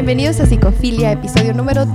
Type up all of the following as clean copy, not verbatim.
bienvenidos a Psicofilia, episodio número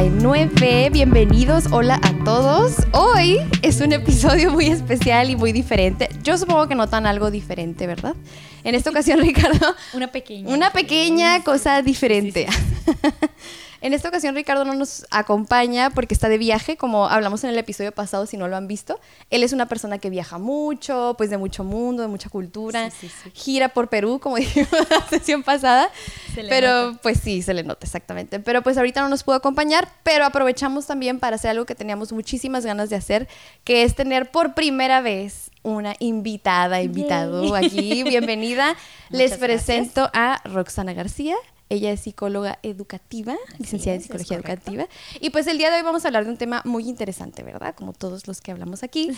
39. Bienvenidos, hola a todos. Hoy es un episodio muy especial y muy diferente. Yo supongo que notan algo diferente, ¿verdad? En esta ocasión, Ricardo, una pequeña cosa diferente. Sí. En esta ocasión Ricardo no nos acompaña porque está de viaje, como hablamos en el episodio pasado, si no lo han visto. Él es una persona que viaja mucho, pues de mucho mundo, de mucha cultura. Sí. Gira por Perú, como dijimos en la sesión pasada. Pero nota. pues sí, se le nota exactamente. Pero pues ahorita no nos pudo acompañar, pero aprovechamos también para hacer algo que teníamos muchísimas ganas de hacer, que es tener por primera vez una invitado aquí. Bienvenida. Les presento a Roxana García. Ella es psicóloga educativa, licenciada en psicología educativa. Y pues el día de hoy vamos a hablar de un tema muy interesante, ¿verdad? Como todos los que hablamos aquí.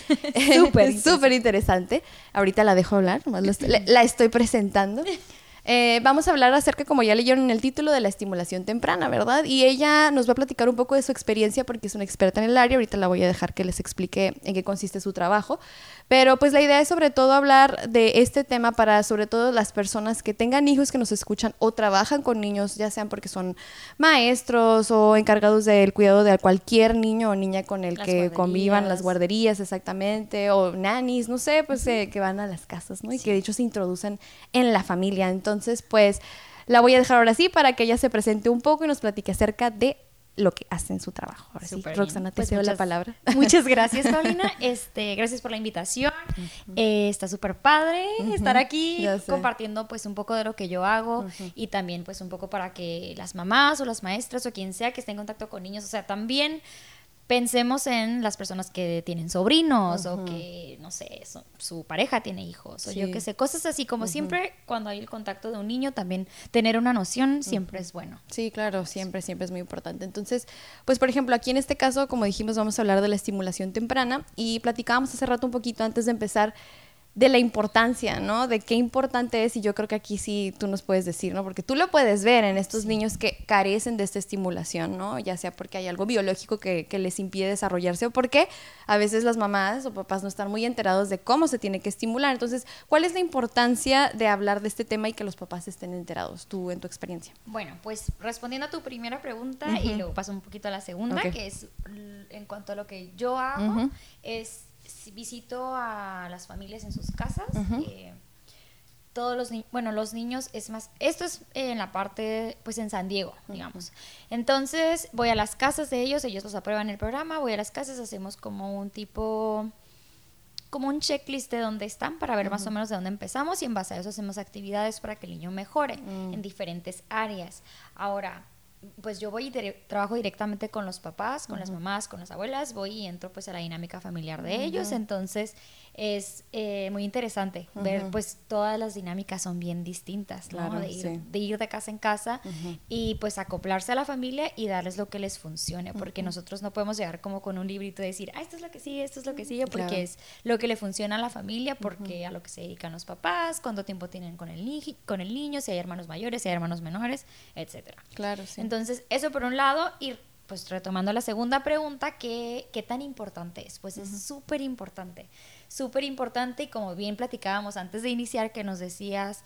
Súper interesante. Ahorita la dejo hablar, nomás la estoy presentando. Vamos a hablar acerca, como ya leyeron en el título, de la estimulación temprana, ¿verdad? Y ella nos va a platicar un poco de su experiencia porque es una experta en el área. Ahorita la voy a dejar que les explique en qué consiste su trabajo. Pero pues la idea es sobre todo hablar de este tema para sobre todo las personas que tengan hijos que nos escuchan o trabajan con niños, ya sean porque son maestros o encargados del cuidado de cualquier niño o niña con el que convivan, las guarderías exactamente, o nannies, no sé, pues que van a las casas, ¿no? Y que de hecho se introducen en la familia. Entonces, pues la voy a dejar ahora sí para que ella se presente un poco y nos platique acerca de lo que hace en su trabajo. Ahora sí, Roxana, te cedo la palabra. Muchas gracias, Paulina. Gracias por la invitación. Está súper padre estar aquí compartiendo pues un poco de lo que yo hago y también pues un poco para que las mamás o las maestras o quien sea que esté en contacto con niños, o sea, también pensemos en las personas que tienen sobrinos o que, no sé, su pareja tiene hijos o yo qué sé, cosas así como siempre cuando hay el contacto de un niño también tener una noción siempre es bueno. Sí, claro, siempre es muy importante. Entonces, pues por ejemplo, aquí en este caso, como dijimos, vamos a hablar de la estimulación temprana y platicábamos hace rato un poquito antes de empezar de la importancia, ¿no? De qué importante es, y yo creo que aquí sí tú nos puedes decir, ¿no? Porque tú lo puedes ver en estos niños que carecen de esta estimulación, ¿no? Ya sea porque hay algo biológico que les impide desarrollarse o porque a veces las mamás o papás no están muy enterados de cómo se tiene que estimular. Entonces, ¿cuál es la importancia de hablar de este tema y que los papás estén enterados, tú en tu experiencia? Bueno, pues respondiendo a tu primera pregunta y luego paso un poquito a la segunda, que es en cuanto a lo que yo hago, es visito a las familias en sus casas. Todos los niños, es más, esto es en la parte, pues en San Diego, digamos. Entonces voy a las casas de ellos los aprueban el programa, voy a las casas, hacemos como un checklist de dónde están para ver más o menos de dónde empezamos y en base a eso hacemos actividades para que el niño mejore en diferentes áreas. Ahora, pues yo voy y trabajo directamente con los papás, con las mamás, con las abuelas, voy y entro pues a la dinámica familiar de ellos, entonces es muy interesante ver pues todas las dinámicas son bien distintas, ¿no? Claro, de ir de casa en casa y pues acoplarse a la familia y darles lo que les funcione, porque nosotros no podemos llegar como con un librito y decir, esto es lo que sigue, esto es lo que sigue, porque es lo que le funciona a la familia, porque a lo que se dedican los papás, cuánto tiempo tienen con el niño, si hay hermanos mayores, si hay hermanos menores, etcétera. Claro, sí. Entonces, eso por un lado, y pues retomando la segunda pregunta, ¿qué tan importante es? Pues es súper importante y como bien platicábamos antes de iniciar, que nos decías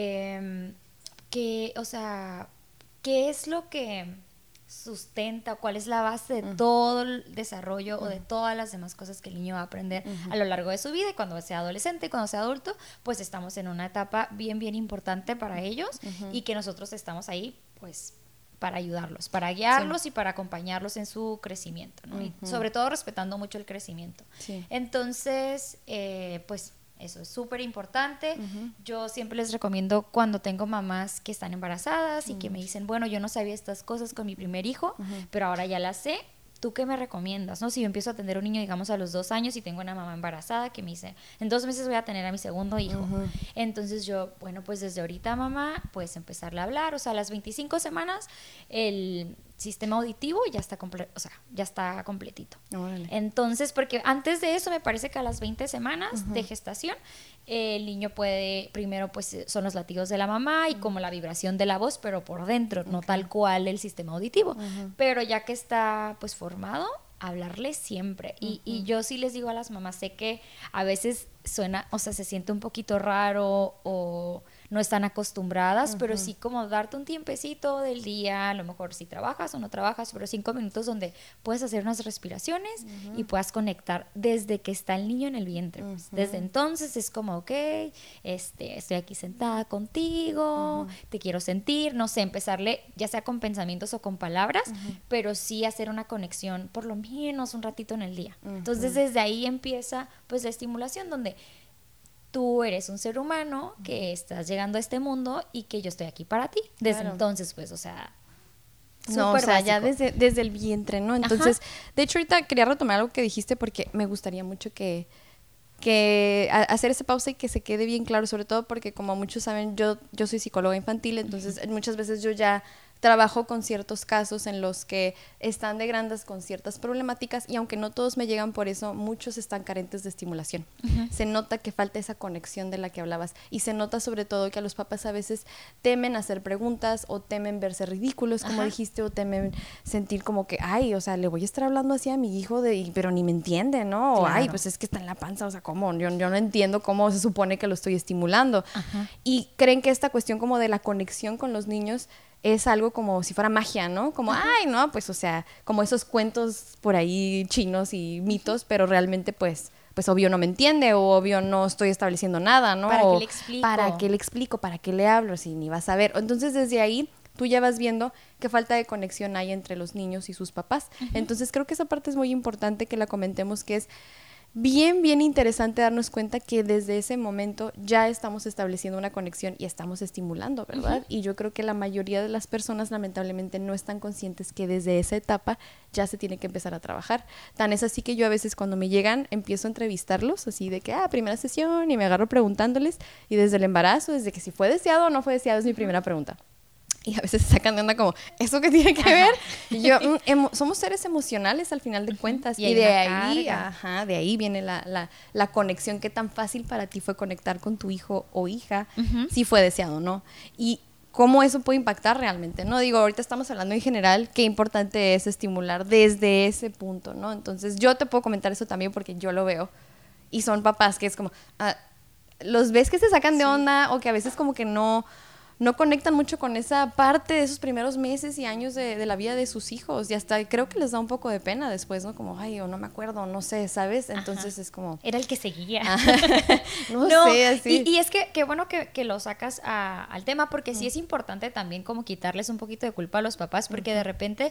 o sea, ¿qué es lo que sustenta, cuál es la base de todo el desarrollo o de todas las demás cosas que el niño va a aprender a lo largo de su vida? Y cuando sea adolescente, cuando sea adulto, pues estamos en una etapa bien importante para ellos y que nosotros estamos ahí pues para ayudarlos, para guiarlos y para acompañarlos en su crecimiento, ¿no? Y sobre todo respetando mucho el crecimiento. Entonces, pues eso es súper importante. Yo siempre les recomiendo cuando tengo mamás que están embarazadas y que me dicen, bueno, yo no sabía estas cosas con mi primer hijo, pero ahora ya las sé. ¿Tú qué me recomiendas? ¿No? Si yo empiezo a atender un niño, digamos, a los 2 años y tengo una mamá embarazada que me dice, en 2 meses voy a tener a mi segundo hijo. Entonces yo, bueno, pues desde ahorita, mamá, puedes empezarle a hablar. O sea, a las 25 semanas el sistema auditivo ya está ya está completito. Órale. Entonces, porque antes de eso me parece que a las 20 semanas de gestación el niño puede, primero pues son los latidos de la mamá y como la vibración de la voz, pero por dentro, no tal cual el sistema auditivo. Pero ya que está pues formado, hablarle siempre. Y yo sí les digo a las mamás, sé que a veces suena, o sea, se siente un poquito raro o no están acostumbradas, pero sí como darte un tiempecito del día, a lo mejor si trabajas o no trabajas, pero 5 minutos donde puedes hacer unas respiraciones y puedas conectar desde que está el niño en el vientre. Pues. Desde entonces es como, ok, estoy aquí sentada contigo, te quiero sentir, no sé, empezarle ya sea con pensamientos o con palabras, pero sí hacer una conexión por lo menos un ratito en el día. Entonces desde ahí empieza pues la estimulación donde tú eres un ser humano que estás llegando a este mundo y que yo estoy aquí para ti. Desde entonces, pues, o sea, no, o sea, ya desde el vientre, ¿no? Entonces, de hecho, ahorita quería retomar algo que dijiste porque me gustaría mucho que hacer esa pausa y que se quede bien claro, sobre todo porque como muchos saben, yo soy psicóloga infantil, entonces muchas veces yo ya trabajo con ciertos casos en los que están de grandes con ciertas problemáticas y aunque no todos me llegan por eso, muchos están carentes de estimulación. Se nota que falta esa conexión de la que hablabas y se nota sobre todo que a los papás a veces temen hacer preguntas o temen verse ridículos, como dijiste, o temen sentir como que, ay, o sea, le voy a estar hablando así a mi hijo, pero ni me entiende, ¿no? O, ay, pues es que está en la panza, o sea, ¿cómo? Yo no entiendo cómo se supone que lo estoy estimulando. Y creen que esta cuestión como de la conexión con los niños es algo como si fuera magia, ¿no? Como, ay, no, pues, o sea, como esos cuentos por ahí chinos y mitos, pero realmente, pues obvio no me entiende o obvio no estoy estableciendo nada, ¿no? ¿Para qué le explico? ¿Para qué le explico? ¿Para qué le hablo? Si ni vas a ver. Entonces, desde ahí, tú ya vas viendo qué falta de conexión hay entre los niños y sus papás. Entonces, creo que esa parte es muy importante que la comentemos, que es bien interesante darnos cuenta que desde ese momento ya estamos estableciendo una conexión y estamos estimulando, ¿verdad? Y yo creo que la mayoría de las personas lamentablemente no están conscientes que desde esa etapa ya se tiene que empezar a trabajar. Tan es así que yo a veces cuando me llegan empiezo a entrevistarlos, así de que, primera sesión, y me agarro preguntándoles, y desde el embarazo, desde que si fue deseado o no fue deseado, es mi primera pregunta. Y a veces se sacan de onda como, ¿eso qué tiene que ver? Y yo, somos seres emocionales al final de cuentas. Y de ahí viene la conexión. ¿Qué tan fácil para ti fue conectar con tu hijo o hija? Si fue deseado o no. Y cómo eso puede impactar realmente, ¿no? Digo, ahorita estamos hablando en general, qué importante es estimular desde ese punto, ¿no? Entonces, yo te puedo comentar eso también porque yo lo veo. Y son papás que es como, los ves que se sacan de onda o que a veces como que no conectan mucho con esa parte de esos primeros meses y años de la vida de sus hijos y hasta creo que les da un poco de pena después, ¿no? Como, ay, o no me acuerdo, no sé, ¿sabes? Entonces es como... Era el que seguía. no sé, así. Y es que qué bueno que lo sacas al tema porque sí es importante también como quitarles un poquito de culpa a los papás porque de repente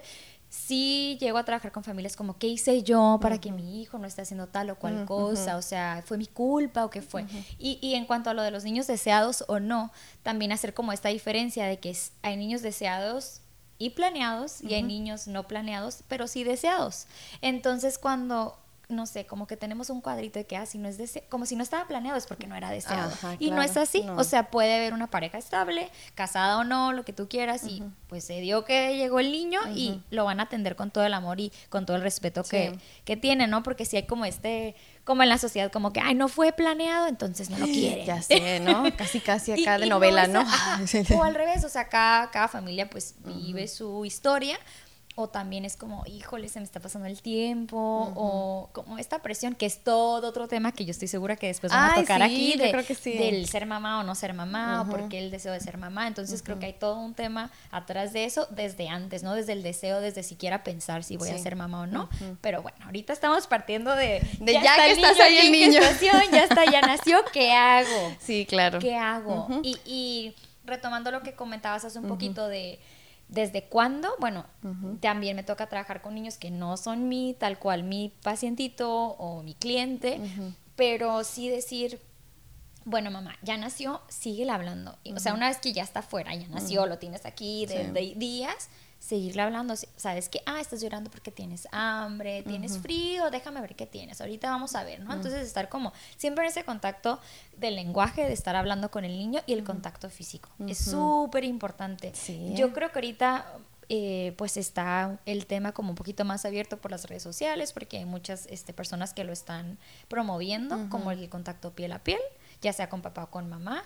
sí llego a trabajar con familias como, ¿qué hice yo para que mi hijo no esté haciendo tal o cual cosa? O sea, ¿fue mi culpa o qué fue? Y en cuanto a lo de los niños deseados o no, también hacer como esta diferencia de que hay niños deseados y planeados y hay niños no planeados, pero sí deseados. Entonces, cuando... no sé, como que tenemos un cuadrito de que si no es como si no estaba planeado es porque no era deseado. Y no es así, o sea, puede haber una pareja estable, casada o no, lo que tú quieras, y pues se dio que llegó el niño y lo van a atender con todo el amor y con todo el respeto que tiene, ¿no? Porque si hay como como en la sociedad, como que, no fue planeado, entonces no lo quieren. Ya sé, ¿no? Casi acá de novela, ¿no? O al revés, o sea, cada familia pues vive su historia. O también es como, híjole, se me está pasando el tiempo, o como esta presión, que es todo otro tema que yo estoy segura que después vamos a tocar aquí, creo que sí. del ser mamá o no ser mamá, o por qué el deseo de ser mamá. Entonces creo que hay todo un tema atrás de eso desde antes, ¿no? Desde el deseo, desde siquiera pensar si voy a ser mamá o no. Pero bueno, ahorita estamos partiendo de ya que estás ahí el niño. Ya está, ya nació, ¿qué hago? Sí, claro. ¿Qué hago? Y retomando lo que comentabas hace un poquito de... ¿Desde cuándo? Bueno, también me toca trabajar con niños que no son tal cual mi pacientito o mi cliente, pero sí decir, bueno, mamá, ya nació, síguele hablando. O sea, una vez que ya está fuera, ya nació, lo tienes aquí de días, seguirle hablando. Sabes que, estás llorando porque tienes hambre, tienes frío, déjame ver qué tienes, ahorita vamos a ver, ¿no? Entonces estar como siempre en ese contacto del lenguaje, de estar hablando con el niño y el contacto físico. Es súper importante. Sí. Yo creo que ahorita pues está el tema como un poquito más abierto por las redes sociales porque hay muchas personas que lo están promoviendo, como el contacto piel a piel, ya sea con papá o con mamá.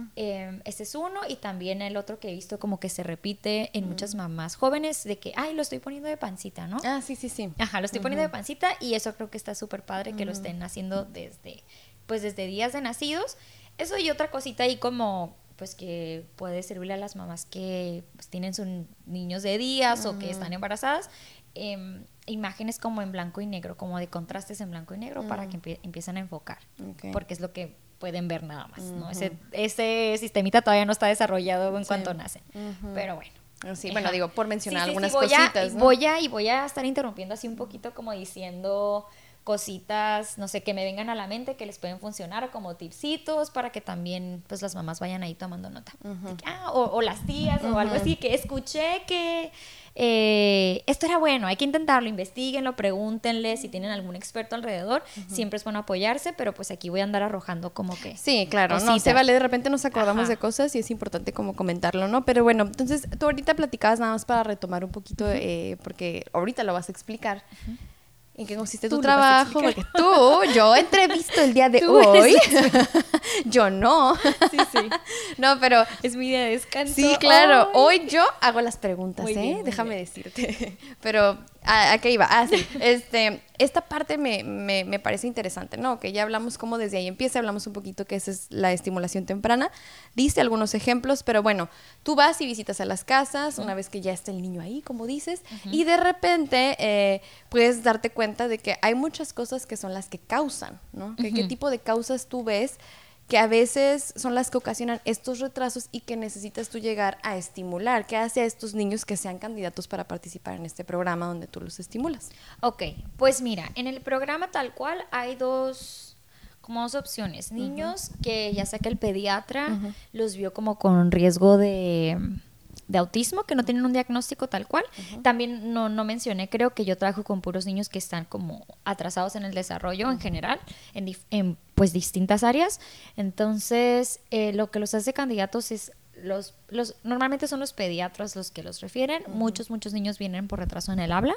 Ese es uno, y también el otro que he visto como que se repite en muchas mamás jóvenes de que, lo estoy poniendo de pancita, ¿no? Sí. Ajá, lo estoy poniendo de pancita, y eso creo que está súper padre que lo estén haciendo desde días de nacidos. Eso, y otra cosita ahí como pues que puede servirle a las mamás que pues, tienen sus niños de días o que están embarazadas, imágenes como en blanco y negro, como de contrastes en blanco y negro para que empiecen a enfocar, porque es lo que pueden ver nada más, ¿no? Ese sistemita todavía no está desarrollado en cuanto nacen, pero bueno. Sí, bueno, digo, por mencionar algunas voy cositas, ¿no? Voy a estar interrumpiendo así un poquito como diciendo cositas, no sé, que me vengan a la mente que les pueden funcionar como tipsitos para que también pues las mamás vayan ahí tomando nota. O las tías o algo así, que escuché que esto era bueno, hay que intentarlo, investiguenlo, pregúntenle si tienen algún experto alrededor, siempre es bueno apoyarse, pero pues aquí voy a andar arrojando como que sí, claro, cositas. No, se vale, de repente nos acordamos de cosas y es importante como comentarlo, ¿no? Pero bueno, entonces tú ahorita platicabas nada más para retomar un poquito, porque ahorita lo vas a explicar. ¿En qué consiste tu trabajo? Porque yo entrevisto el día de hoy. Yo no. Sí. No, pero es mi día de descanso. Sí, claro. Hoy yo hago las preguntas, muy bien, déjame decirte. Pero, ¿a qué iba? Sí. Esta parte me parece interesante, ¿no? Que ya hablamos cómo desde ahí empieza, hablamos un poquito que esa es la estimulación temprana. Diste algunos ejemplos, pero bueno, tú vas y visitas a las casas una vez que ya está el niño ahí, como dices, y de repente puedes darte cuenta de que hay muchas cosas que son las que causan, ¿no? ¿Qué tipo de causas tú ves que a veces son las que ocasionan estos retrasos y que necesitas tú llegar a estimular? ¿Qué hace a estos niños que sean candidatos para participar en este programa donde tú los estimulas? Ok, pues mira, en el programa tal cual hay dos opciones. Niños que ya sea que el pediatra los vio como con riesgo de autismo, que no tienen un diagnóstico tal cual. También no mencioné, creo que yo trabajo con puros niños que están como atrasados en el desarrollo en general, en pues distintas áreas. Entonces, lo que los hace candidatos es normalmente son los pediatras los que los refieren. Muchos niños vienen por retraso en el habla.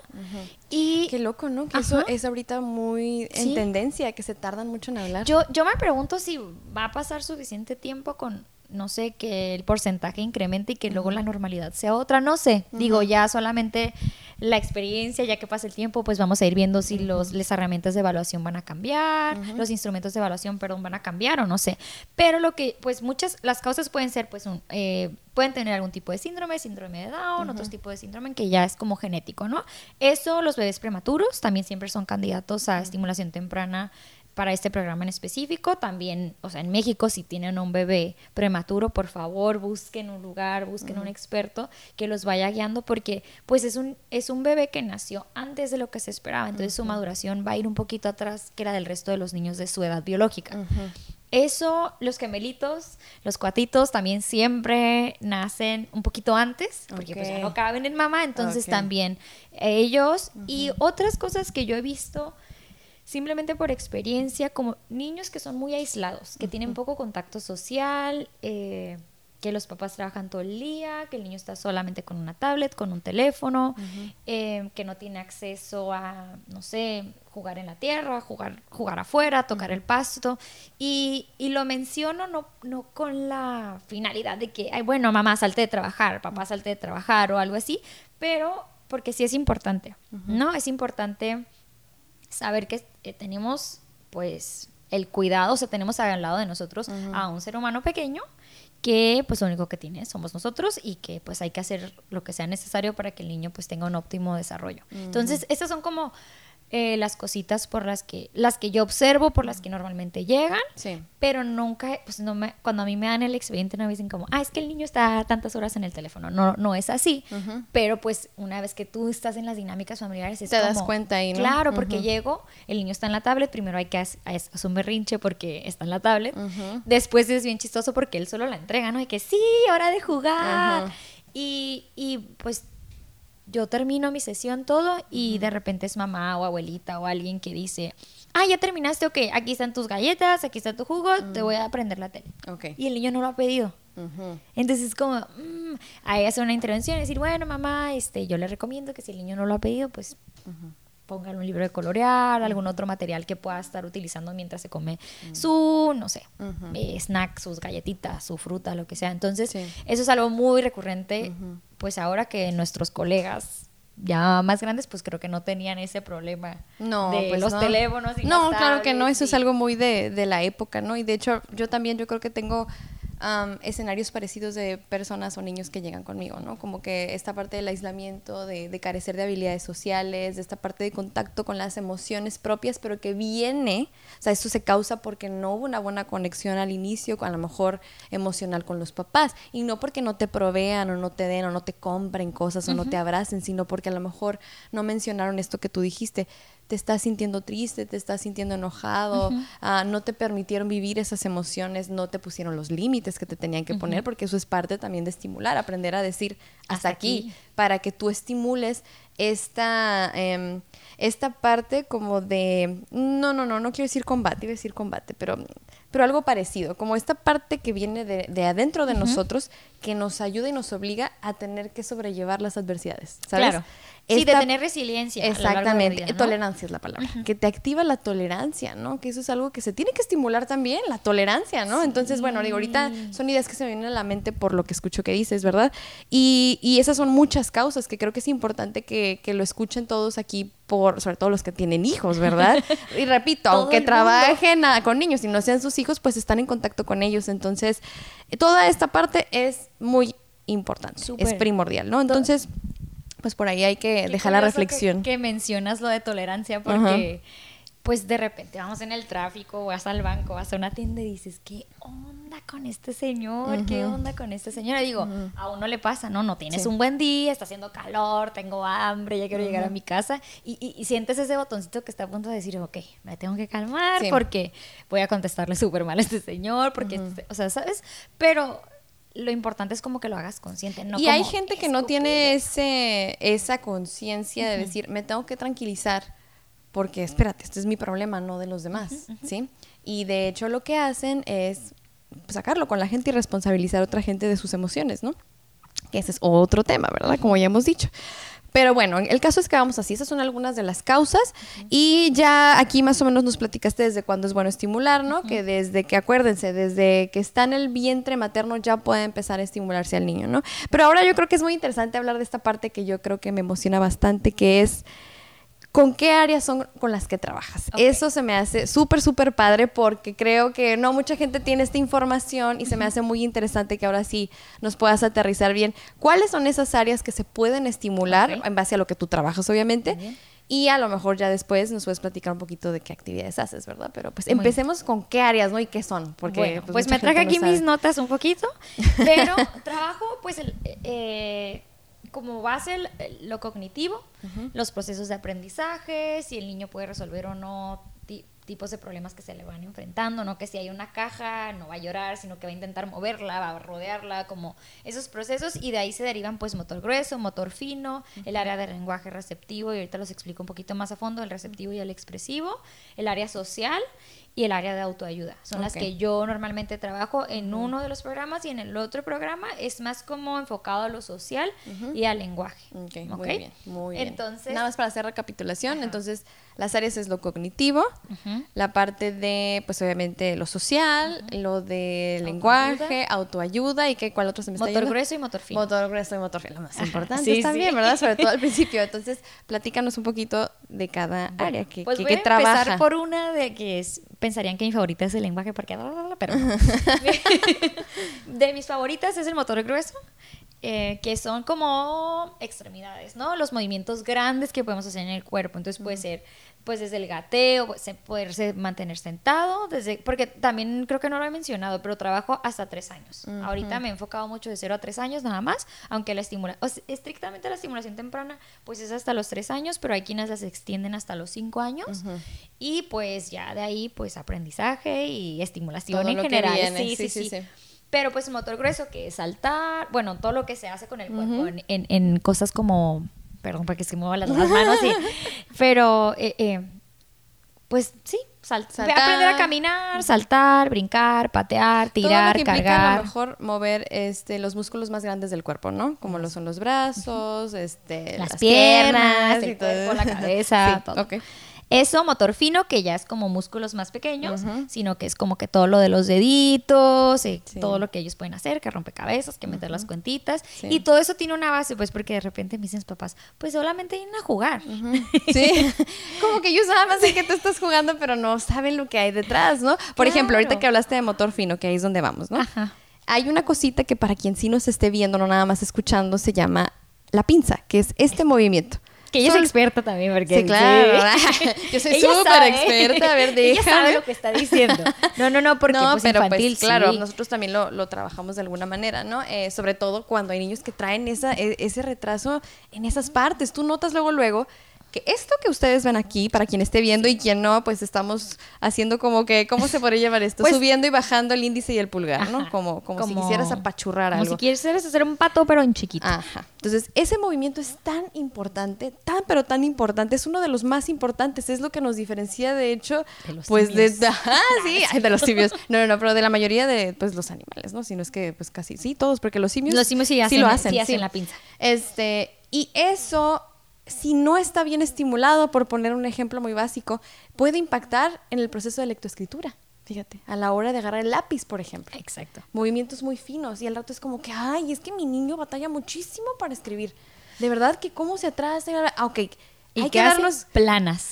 Y qué loco, ¿no? Que eso es ahorita muy en tendencia, que se tardan mucho en hablar. Yo me pregunto si va a pasar suficiente tiempo con, no sé, que el porcentaje incremente y que luego la normalidad sea otra, no sé. Digo, ya solamente la experiencia, ya que pasa el tiempo, pues vamos a ir viendo si las herramientas de evaluación van a cambiar, los instrumentos de evaluación, van a cambiar o no sé. Pero pues las causas pueden ser, pues, pueden tener algún tipo de síndrome de Down, otros tipos de síndrome que ya es como genético, ¿no? Eso, los bebés prematuros también siempre son candidatos a estimulación temprana para este programa en específico. También, o sea, en México, si tienen un bebé prematuro, por favor, busquen un lugar, busquen un experto que los vaya guiando, porque pues es un bebé que nació antes de lo que se esperaba, entonces su maduración va a ir un poquito atrás que era del resto de los niños de su edad biológica. Eso, los gemelitos, los cuatitos también siempre nacen un poquito antes, porque pues ya no caben en mamá, entonces también ellos. Y otras cosas que yo he visto simplemente por experiencia, como niños que son muy aislados, que tienen poco contacto social, que los papás trabajan todo el día, que el niño está solamente con una tablet, con un teléfono, que no tiene acceso a, no sé, jugar en la tierra, jugar afuera, tocar el pasto. Y lo menciono no con la finalidad de que, ay, bueno, mamá, salte de trabajar, papá, salte de trabajar o algo así, pero porque sí es importante, ¿no? Es importante saber que tenemos, pues, el cuidado, o sea, tenemos al lado de nosotros a un ser humano pequeño que, pues, lo único que tiene somos nosotros y que, pues, hay que hacer lo que sea necesario para que el niño, pues, tenga un óptimo desarrollo. Entonces, estas son como las cositas por las que yo observo, por las que normalmente llegan, pero nunca, pues cuando a mí me dan el expediente no me dicen como, es que el niño está tantas horas en el teléfono, no es así, pero pues una vez que tú estás en las dinámicas familiares es te como, das cuenta ahí, ¿no? Claro, porque llego, el niño está en la tablet, primero hay que hacer un berrinche porque está en la tablet, después es bien chistoso porque él solo la entrega, ¿no? Y que sí, hora de jugar, y pues yo termino mi sesión todo y de repente es mamá o abuelita o alguien que dice, ya terminaste, ok, aquí están tus galletas, aquí está tu jugo, te voy a prender la tele. Y el niño no lo ha pedido. Entonces es como, ahí hace una intervención y decir, bueno, mamá, yo le recomiendo que si el niño no lo ha pedido, pues póngale un libro de colorear, algún otro material que pueda estar utilizando mientras se come su, no sé, snack, sus galletitas, su fruta, lo que sea. Entonces, eso es algo muy recurrente, pues ahora que nuestros colegas ya más grandes, pues creo que no tenían ese problema de pues los teléfonos y no, las claro que no, tablets, eso es algo muy de la época, ¿no? Y de hecho, yo creo que tengo escenarios parecidos de personas o niños que llegan conmigo, ¿no? Como que esta parte del aislamiento, de carecer de habilidades sociales, de esta parte de contacto con las emociones propias, pero que viene, o sea, eso se causa porque no hubo una buena conexión al inicio, a lo mejor emocional con los papás, y no porque no te provean o no te den o no te compren cosas o no te abracen, sino porque a lo mejor no mencionaron esto que tú dijiste. Te estás sintiendo triste, te estás sintiendo enojado, no te permitieron vivir esas emociones, no te pusieron los límites que te tenían que poner, porque eso es parte también de estimular, aprender a decir hasta aquí, para que tú estimules esta parte como de, no quiero decir combate, iba a decir combate, pero algo parecido, como esta parte que viene de adentro de nosotros, que nos ayuda y nos obliga a tener que sobrellevar las adversidades, ¿sabes? Claro. Sí, de tener resiliencia. Exactamente, a lo largo de la vida, ¿no? Tolerancia es la palabra, que te activa la tolerancia, ¿no? Que eso es algo que se tiene que estimular también, la tolerancia, ¿no? Sí. Entonces, bueno, digo, ahorita son ideas que se me vienen a la mente por lo que escucho que dices, ¿verdad? Y esas son muchas causas que creo que es importante que lo escuchen todos aquí, sobre todo los que tienen hijos, ¿verdad? Y repito, aunque trabajen con niños y no sean sus hijos, pues están en contacto con ellos. Entonces, toda esta parte es muy importante, es primordial, ¿no? Entonces, pues por ahí hay que dejar la reflexión. Que mencionas lo de tolerancia, porque pues de repente vamos en el tráfico, vas al banco, vas a una tienda y dices, ¿qué onda con este señor? ¿Qué onda con esta señora? Digo, a uno le pasa, no tienes un buen día, está haciendo calor, tengo hambre, ya quiero llegar a mi casa, y sientes ese botoncito que está a punto de decir, ok, me tengo que calmar porque voy a contestarle súper mal a este señor, porque, o sea, ¿sabes? Pero lo importante es como que lo hagas consciente, no. Y hay gente que no tiene esa conciencia de decir, me tengo que tranquilizar porque, espérate, este es mi problema, no de los demás, ¿sí? Y de hecho lo que hacen es sacarlo con la gente y responsabilizar a otra gente de sus emociones, ¿no? Que ese es otro tema, ¿verdad? Como ya hemos dicho. Pero bueno, el caso es que vamos así. Esas son algunas de las causas. Y ya aquí más o menos nos platicaste desde cuándo es bueno estimular, ¿no? Que desde que, acuérdense, desde que está en el vientre materno ya puede empezar a estimularse al niño, ¿no? Pero ahora yo creo que es muy interesante hablar de esta parte que yo creo que me emociona bastante, que es ¿con qué áreas son con las que trabajas? Okay. Eso se me hace súper, súper padre porque creo que no mucha gente tiene esta información y se me hace muy interesante que ahora sí nos puedas aterrizar bien. ¿Cuáles son esas áreas que se pueden estimular en base a lo que tú trabajas, obviamente? Y a lo mejor ya después nos puedes platicar un poquito de qué actividades haces, ¿verdad? Pero pues empecemos con qué áreas, ¿no? Y qué son. Porque bueno, pues me traje aquí mis notas un poquito, pero trabajo pues como base lo cognitivo, los procesos de aprendizaje, si el niño puede resolver o no tipos de problemas que se le van enfrentando, no que si hay una caja no va a llorar, sino que va a intentar moverla, va a rodearla, como esos procesos, y de ahí se derivan pues motor grueso, motor fino, el área de lenguaje receptivo, y ahorita los explico un poquito más a fondo, el receptivo y el expresivo, el área social y el área de autoayuda. Son las que yo normalmente trabajo en uno de los programas, y en el otro programa es más como enfocado a lo social y al lenguaje. Okay. Muy bien. Entonces, nada más para hacer recapitulación, entonces las áreas es lo cognitivo, la parte de, pues obviamente lo social, lo de lenguaje, autoayuda, y ¿cuál otro se me está yendo? Motor grueso y motor fino. Motor grueso y motor fino, lo más importante también, ¿verdad? Sobre todo al principio. Entonces, platícanos un poquito de cada área que pues que trabaja. Voy a empezar por una de que pensarían que mi favorita es el lenguaje, porque pero de mis favoritas es el motor grueso, que son como extremidades, ¿no? Los movimientos grandes que podemos hacer en el cuerpo. Entonces puede ser pues desde el gateo, poderse mantener sentado, porque también creo que no lo he mencionado, pero trabajo hasta 3 años. Ahorita me he enfocado mucho de 0 a 3 años nada más, aunque estrictamente la estimulación temprana pues es hasta los 3 años, pero hay quienes las extienden hasta los 5 años, y pues ya de ahí pues aprendizaje y estimulación todo en general. Sí. Pero pues motor grueso, que es saltar, bueno, todo lo que se hace con el cuerpo en cosas como, perdón porque se muevan las manos, sí, pero pues sí, aprender a caminar, saltar, brincar, patear, tirar, todo lo que cargar. Implica a lo mejor mover los músculos más grandes del cuerpo, ¿no? Como lo son los brazos, las piernas, el cuerpo, la cabeza, todo. Okay. Eso, motor fino, que ya es como músculos más pequeños, sino que es como que todo lo de los deditos, todo lo que ellos pueden hacer, que rompecabezas, que meter las cuentitas, y todo eso tiene una base, pues porque de repente me dicen papás, pues solamente vienen a jugar. Sí, como que ellos nada más sé que tú estás jugando, pero no saben lo que hay detrás, ¿no? Por ejemplo, ahorita que hablaste de motor fino, que ahí es donde vamos, ¿no? hay una cosita que para quien sí nos esté viendo, no nada más escuchando, se llama la pinza, que es este movimiento. Que ella es experta también, porque... Sí, claro. Yo soy súper experta. A ver, déjame. Ella sabe lo que está diciendo. No, porque no, pues pero infantil, pues, claro, sí. nosotros también lo trabajamos de alguna manera, ¿no? Sobre todo cuando hay niños que traen ese retraso en esas partes. Tú notas luego que esto que ustedes ven aquí, para quien esté viendo y quien no, pues estamos haciendo como que, ¿cómo se podría llevar esto? Pues, subiendo y bajando el índice y el pulgar, ajá, ¿no? Como si quisieras apachurrar algo. Como si quisieras hacer un pato, pero en chiquito. Ajá. Entonces, ese movimiento es tan importante, pero tan importante, es uno de los más importantes, es lo que nos diferencia, de hecho, de los pues simios. de los simios. No, pero de la mayoría de, pues, los animales, ¿no? Si no es que, pues, casi, sí, todos, porque los simios sí hacen, lo hacen. Sí hacen la pinza. Y eso, si no está bien estimulado, por poner un ejemplo muy básico, puede impactar en el proceso de lectoescritura. Fíjate, a la hora de agarrar el lápiz, por ejemplo. Exacto. Movimientos muy finos y al rato es como que, ay, es que mi niño batalla muchísimo para escribir. De verdad que cómo se atrasa. Ok, y hay que darnos planas.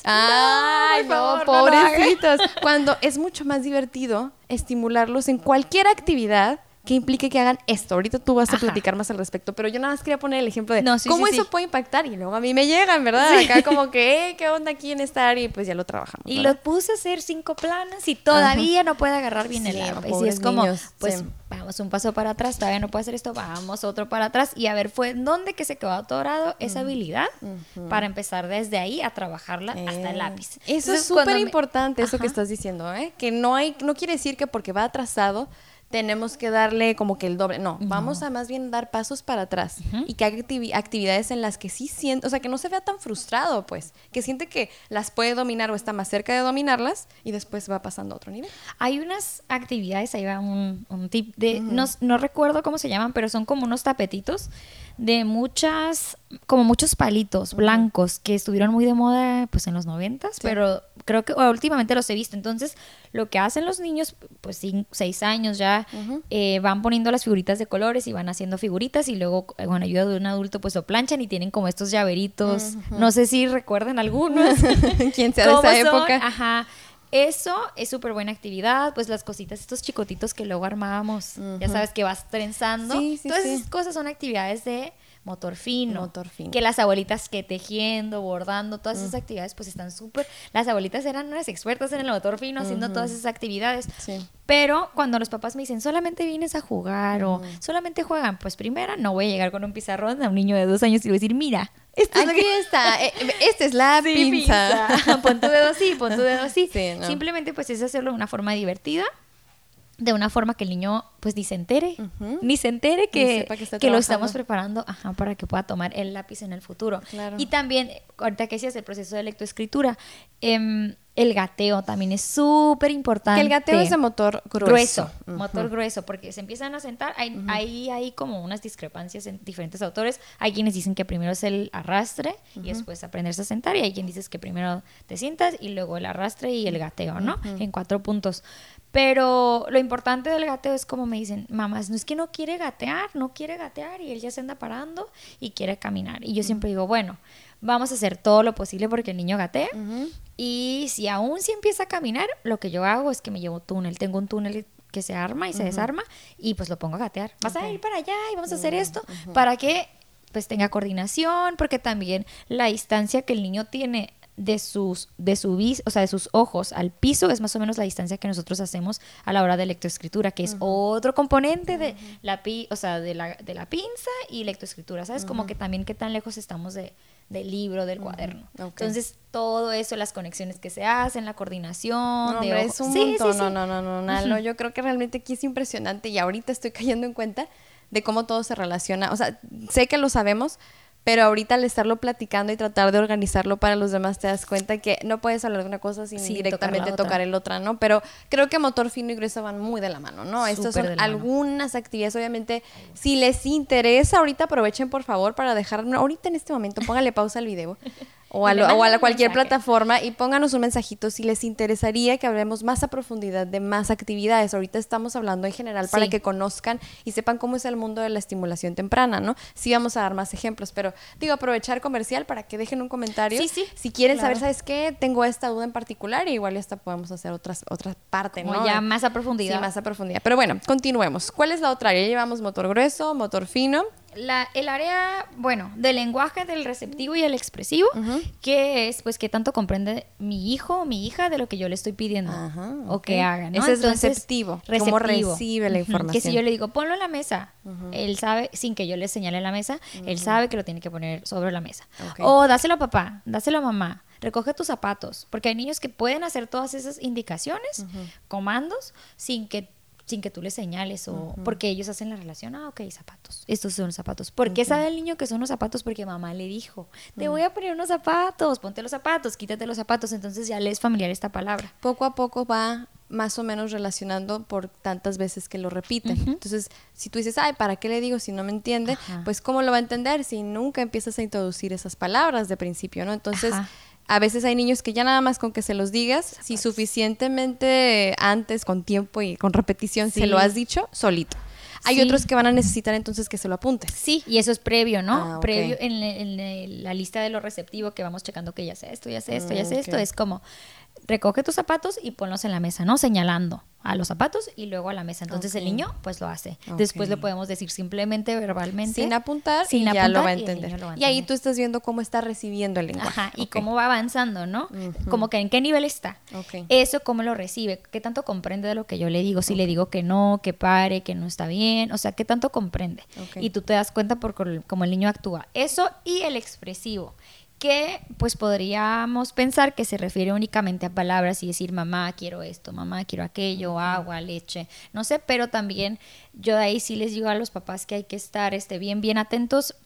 Ay, no, pobrecitos. Cuando es mucho más divertido estimularlos en cualquier actividad que implique que hagan esto. Ahorita tú vas a platicar más al respecto, pero yo nada más quería poner el ejemplo de cómo eso puede impactar, y luego a mí me llegan, ¿verdad? Sí. Acá como que, ¿qué onda aquí en esta área? Y pues ya lo trabajamos, y ¿verdad? lo puse a hacer 5 planas y todavía no puede agarrar bien el lápiz. Y es como, niños, pues vamos un paso para atrás, todavía no puede hacer esto, vamos otro para atrás. Y a ver, fue en dónde que se quedó atorado esa habilidad para empezar desde ahí a trabajarla hasta el lápiz. Eso es súper importante, eso que estás diciendo, que no quiere decir que porque va atrasado tenemos que darle como que el doble. No, vamos a más bien dar pasos para atrás y que haga actividades en las que sí siente, o sea, que no se vea tan frustrado, pues, que siente que las puede dominar o está más cerca de dominarlas y después va pasando a otro nivel. Hay unas actividades, ahí va un tip de, no recuerdo cómo se llaman, pero son como unos tapetitos de muchos palitos blancos que estuvieron muy de moda pues en los 90s, pero creo que últimamente los he visto. Entonces, lo que hacen los niños, pues 6 años ya, van poniendo las figuritas de colores y van haciendo figuritas y luego con ayuda de un adulto pues lo planchan y tienen como estos llaveritos. No sé si recuerden algunos. ¿Quién sea de esa época? Ajá. Eso es súper buena actividad, pues las cositas, estos chicotitos que luego armábamos, ya sabes que vas trenzando. Todas esas cosas son actividades de motor fino. Que las abuelitas que tejiendo, bordando, todas esas actividades pues están súper. Las abuelitas eran unas expertas en el motor fino haciendo todas esas actividades. Sí. Pero cuando los papás me dicen, solamente vienes a jugar o solamente juegan, pues primera, no voy a llegar con un pizarrón a un niño de 2 años y le voy a decir, mira, aquí está, esta es la pinza. Pon tu dedo así, pon tu dedo así. Simplemente pues es hacerlo de una forma divertida, de una forma que el niño pues ni se entere que lo estamos preparando para que pueda tomar el lápiz en el futuro. Claro. Y también, ahorita que decías el proceso de lectoescritura, el gateo también es súper importante. Que el gateo es de motor grueso. Motor grueso, porque se empiezan a sentar. Hay como unas discrepancias en diferentes autores. Hay quienes dicen que primero es el arrastre y después aprenderse a sentar. Y hay quien dice que primero te sientas y luego el arrastre y el gateo, ¿no? En 4 puntos. Pero lo importante del gateo es como me dicen, mamás, no es que no quiere gatear y él ya se anda parando y quiere caminar. Y yo siempre digo, bueno, vamos a hacer todo lo posible porque el niño gatee. Y si empieza a caminar, lo que yo hago es que me llevo túnel. Tengo un túnel que se arma y se desarma y pues lo pongo a gatear. Vas a ir para allá y vamos a hacer esto para que pues tenga coordinación, porque también la distancia que el niño tiene de sus ojos al piso es más o menos la distancia que nosotros hacemos a la hora de lectoescritura, que es otro componente de la pinza y lectoescritura, ¿sabes? Como que también qué tan lejos estamos del libro, del cuaderno. Entonces, todo eso, las conexiones que se hacen, la coordinación. Es un montón. No, yo creo que realmente aquí es impresionante y ahorita estoy cayendo en cuenta de cómo todo se relaciona. O sea, sé que lo sabemos, pero ahorita al estarlo platicando y tratar de organizarlo para los demás te das cuenta que no puedes hablar de una cosa sin directamente tocar el otra, ¿no? Pero creo que motor fino y grueso van muy de la mano, ¿no? Estas son algunas actividades, obviamente, si les interesa, ahorita aprovechen por favor para dejarme, ahorita en este momento, póngale pausa al video o a, le o a mandan la un cualquier mensaje. plataforma y pónganos un mensajito si les interesaría que hablemos más a profundidad de más actividades. Ahorita estamos hablando en general para Sí. que conozcan y sepan cómo es el mundo de la estimulación temprana, ¿no? Sí vamos a dar más ejemplos, pero digo, aprovechar comercial para que dejen un comentario. Sí, sí, Si quieren claro. saber, ¿sabes qué? Tengo esta duda en particular y igual hasta podemos hacer otra parte, Como ¿no? ya más a profundidad. Sí, más a profundidad. Pero bueno, continuemos. ¿Cuál es la otra área? Ya llevamos motor grueso, motor fino. El área, bueno, del lenguaje, del receptivo y el expresivo, que es, pues, qué tanto comprende mi hijo o mi hija de lo que yo le estoy pidiendo Ajá, o ok. que haga, ¿no? Ese es Entonces, receptivo, cómo recibe la Ujú. información. Que si yo le digo, ponlo en la mesa, él sabe, sin que yo le señale la mesa, él sabe que lo tiene que poner sobre la mesa. Ok. O dáselo a papá, dáselo a mamá, recoge tus zapatos, porque hay niños que pueden hacer todas esas indicaciones, comandos, sin que tú les señales o porque ellos hacen la relación, ok, zapatos, estos son los zapatos. ¿Por qué sabe el niño que son los zapatos? Porque mamá le dijo, te voy a poner unos zapatos, ponte los zapatos, quítate los zapatos, entonces ya le es familiar esta palabra. Poco a poco va más o menos relacionando por tantas veces que lo repiten. Entonces, si tú dices, ay, ¿para qué le digo si no me entiende? Ajá. Pues, ¿cómo lo va a entender si nunca empiezas a introducir esas palabras de principio, ¿no? Entonces, Ajá. a veces hay niños que ya nada más con que se los digas, si suficientemente antes, con tiempo y con repetición, Sí. se lo has dicho, solito. Hay Sí. otros que van a necesitar entonces que se lo apuntes. Sí, y eso es previo, ¿no? Ah, ok. Previo en la lista de lo receptivo que vamos checando que ya sé esto, ya sé esto, ya sé esto. ok. Es como, recoge tus zapatos y ponlos en la mesa, ¿no? Señalando a los zapatos y luego a la mesa. Entonces Ok. el niño pues lo hace. Ok. Después le podemos decir simplemente verbalmente. Sin apuntar sin y ya lo va a apuntar, y el entender. niño lo va a Y ahí entender. tú estás viendo cómo está recibiendo el lenguaje. Ajá, y Ok. cómo va avanzando, ¿no? Como que en qué nivel está. Ok. Eso cómo lo recibe, qué tanto comprende de lo que yo le digo, si le digo que no, que pare, que no está bien, o sea, qué tanto comprende. Ok. Y tú te das cuenta por cómo el niño actúa. Eso y el expresivo, que pues podríamos pensar que se refiere únicamente a palabras y decir mamá quiero esto, mamá quiero aquello, agua, leche, no sé, pero también yo de ahí sí les digo a los papás que hay que estar bien atentos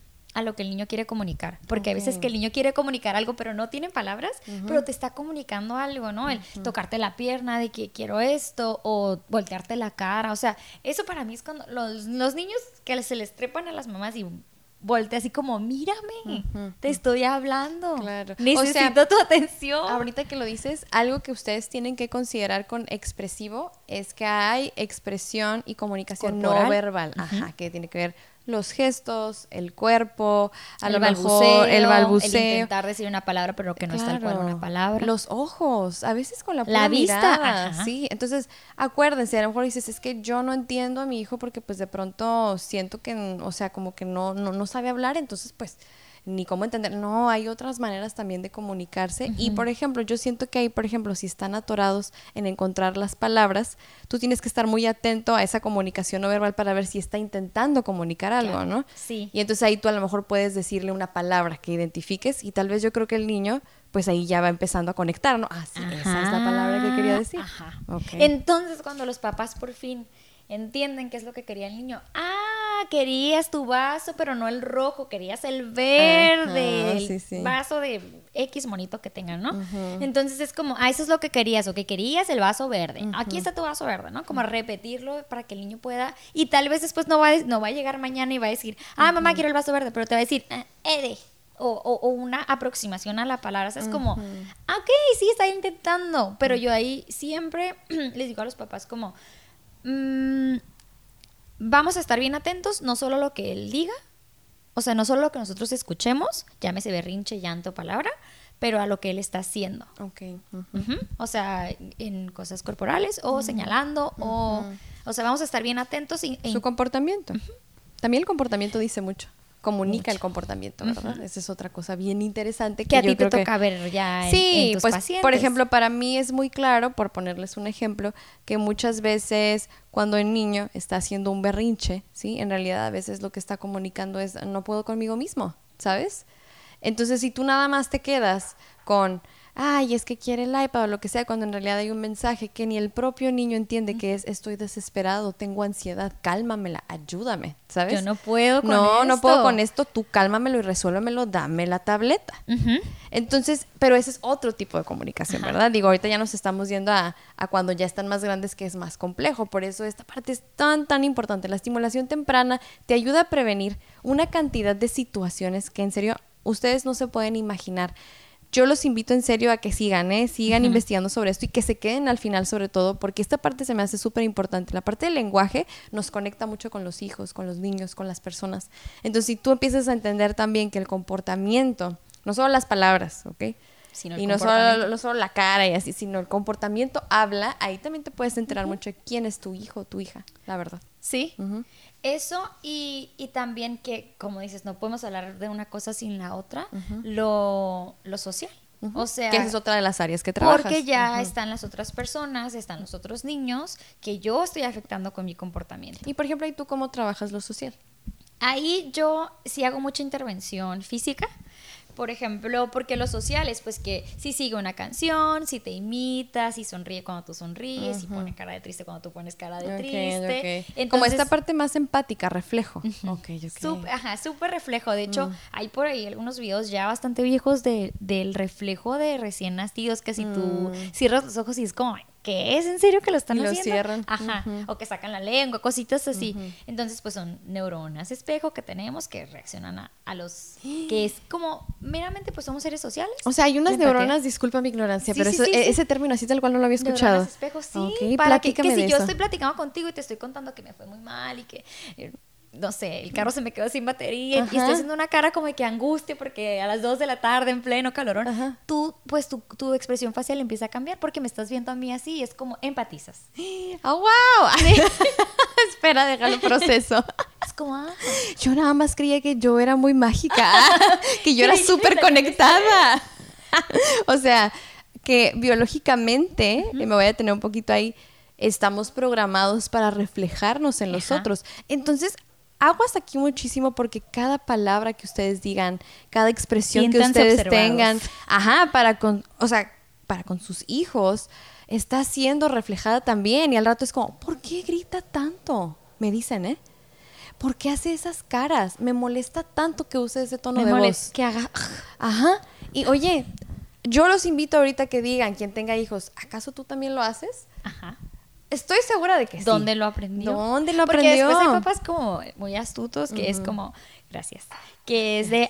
a lo que el niño quiere comunicar, porque a veces que el niño quiere comunicar algo pero no tiene palabras, pero te está comunicando algo, ¿no? El tocarte la pierna de que quiero esto o voltearte la cara, o sea, eso para mí es cuando los niños que se les trepan a las mamás y voltea así como, mírame, te estoy hablando, Claro. necesito tu atención. Ahorita que lo dices, algo que ustedes tienen que considerar con expresivo es que hay expresión y comunicación Corporal. no verbal, ajá, que tiene que ver los gestos, el cuerpo, a el lo mejor el el balbuceo. intentar decir una palabra pero que no es tal cual Claro. una palabra. Los ojos, a veces con la La pura vista, mirada, ajá. sí. Entonces, acuérdense, a lo mejor dices, es que yo no entiendo a mi hijo porque pues de pronto siento que, o sea, como que no sabe hablar, entonces pues ni cómo entender. No, hay otras maneras también de comunicarse. Y, por ejemplo, yo siento que ahí, por ejemplo, si están atorados en encontrar las palabras, tú tienes que estar muy atento a esa comunicación no verbal para ver si está intentando comunicar algo, Claro. ¿no? Sí. Y entonces ahí tú a lo mejor puedes decirle una palabra que identifiques y tal vez yo creo que el niño, pues ahí ya va empezando a conectar, ¿no? Ah, sí, esa es la palabra que quería decir. Ajá. Ok. Entonces, cuando los papás por fin entienden qué es lo que quería el niño, querías tu vaso, pero no el rojo, querías el verde, Ajá, el sí, sí. vaso de X monito que tengan, ¿no? Entonces es como, eso es lo que querías, o que querías el vaso verde. Aquí está tu vaso verde, ¿no? Como repetirlo para que el niño pueda, y tal vez después no va a llegar mañana y va a decir, mamá, quiero el vaso verde, pero te va a decir, Ede. O una aproximación a la palabra. O sea, es como, ok, sí, está intentando. Pero yo ahí siempre les digo a los papás como, vamos a estar bien atentos, no solo lo que él diga, o sea, no solo lo que nosotros escuchemos, llámese berrinche, llanto, palabra, pero a lo que él está haciendo. Ok. Ujú. O sea, en cosas corporales o señalando o sea, vamos a estar bien atentos Su comportamiento. También el comportamiento dice mucho. Comunica el comportamiento, ¿verdad? Esa es otra cosa bien interesante que a ti yo te creo que toca ver ya sí, en tus pues pacientes. por ejemplo, para mí es muy claro, por ponerles un ejemplo, que muchas veces cuando el niño está haciendo un berrinche, ¿sí? En realidad a veces lo que está comunicando es no puedo conmigo mismo, ¿sabes? Entonces, si tú nada más te quedas con ay, es que quiere el iPad o lo que sea, cuando en realidad hay un mensaje que ni el propio niño entiende que es estoy desesperado, tengo ansiedad, cálmamela, ayúdame, ¿sabes? Yo no puedo con No, no esto. puedo con esto, tú cálmamelo y resuélvemelo, dame la tableta. Entonces, pero ese es otro tipo de comunicación, ¿verdad? Digo, ahorita ya nos estamos yendo a cuando ya están más grandes, que es más complejo. Por eso esta parte es tan importante. La estimulación temprana te ayuda a prevenir una cantidad de situaciones que en serio ustedes no se pueden imaginar. Yo los invito en serio a que sigan investigando sobre esto y que se queden al final sobre todo, porque esta parte se me hace súper importante. La parte del lenguaje nos conecta mucho con los hijos, con los niños, con las personas. Entonces, si tú empiezas a entender también que el comportamiento, no solo las palabras, ¿ok? Y no solo la cara y así, sino el comportamiento habla, ahí también te puedes enterar mucho de quién es tu hijo o tu hija, la verdad. Sí, eso y también que, como dices, no podemos hablar de una cosa sin la otra, lo social. O sea, que esa es otra de las áreas que trabajas. Porque ya están las otras personas, están los otros niños que yo estoy afectando con mi comportamiento. Y por ejemplo, ¿y tú cómo trabajas lo social? Ahí yo sí hago mucha intervención física. Por ejemplo, porque los sociales, pues que si sigue una canción, si te imita, si sonríe cuando tú sonríes, si pone cara de triste cuando tú pones cara de triste. Entonces, como esta parte más empática, reflejo. Súper reflejo. De hecho, hay por ahí algunos videos ya bastante viejos del reflejo de recién nacidos, que si tú cierras los ojos y es como, ¿qué es? ¿En serio que lo están haciendo? Y lo cierran. O que sacan la lengua, cositas así. Entonces, pues son neuronas espejo que tenemos que reaccionan a los... que es como, meramente, pues somos seres sociales. O sea, hay unas neuronas, disculpa mi ignorancia, pero ese término así tal cual no lo había escuchado. Neuronas espejo, sí. Okay, para que si yo eso. estoy platicando contigo y te estoy contando que me fue muy mal y que... no sé, el carro se me quedó sin batería y estoy haciendo una cara como de que angustia porque a las 2 de la tarde en pleno calorón, tú, pues tu expresión facial empieza a cambiar porque me estás viendo a mí así y es como empatizas. ¡Oh, wow! Espera, déjalo proceso. Es como, yo nada más creía que yo era muy mágica, que yo era súper conectada. O sea, que biológicamente, me voy a detener un poquito ahí, estamos programados para reflejarnos en los otros. Entonces, aguas aquí muchísimo porque cada palabra que ustedes digan, cada expresión siéntanse que ustedes observados. tengan, para con sus hijos, está siendo reflejada también. Y al rato es como, ¿por qué grita tanto? Me dicen, ¿por qué hace esas caras? Me molesta tanto que use ese tono de voz. Que haga... Y oye, yo los invito ahorita a que digan, quien tenga hijos, ¿acaso tú también lo haces? Estoy segura de que sí. ¿Dónde lo aprendió? Porque después hay papás como muy astutos que es como, gracias, que es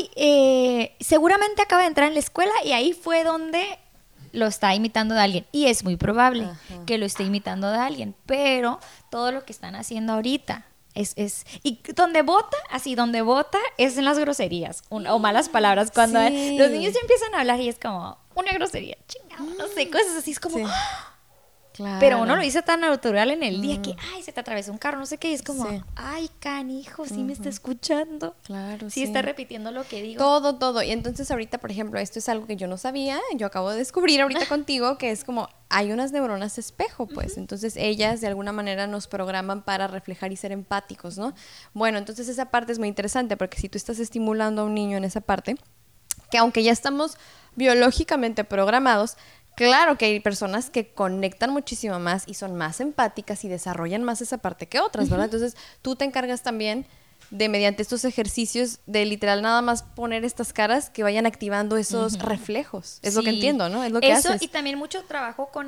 de, seguramente acaba de entrar en la escuela y ahí fue donde lo está imitando de alguien. Y es muy probable que lo esté imitando de alguien, pero todo lo que están haciendo ahorita y donde vota es en las groserías o malas palabras. Cuando los niños empiezan a hablar y es como una grosería, chingada, no sé, cosas así, es como... Claro. Pero uno lo dice tan natural en el día que, se te atravesó un carro, no sé qué, y es como, canijo, sí me está escuchando. Claro, sí está repitiendo lo que digo. Todo. Y entonces ahorita, por ejemplo, esto es algo que yo no sabía, yo acabo de descubrir ahorita contigo, que es como, hay unas neuronas espejo, pues. Entonces ellas de alguna manera nos programan para reflejar y ser empáticos, ¿no? Bueno, entonces esa parte es muy interesante porque si tú estás estimulando a un niño en esa parte, que aunque ya estamos biológicamente programados, claro que hay personas que conectan muchísimo más y son más empáticas y desarrollan más esa parte que otras, ¿verdad? Entonces, tú te encargas también de, mediante estos ejercicios, de literal nada más poner estas caras que vayan activando esos reflejos. Es lo que entiendo, ¿no? Es lo que haces. Y también mucho trabajo con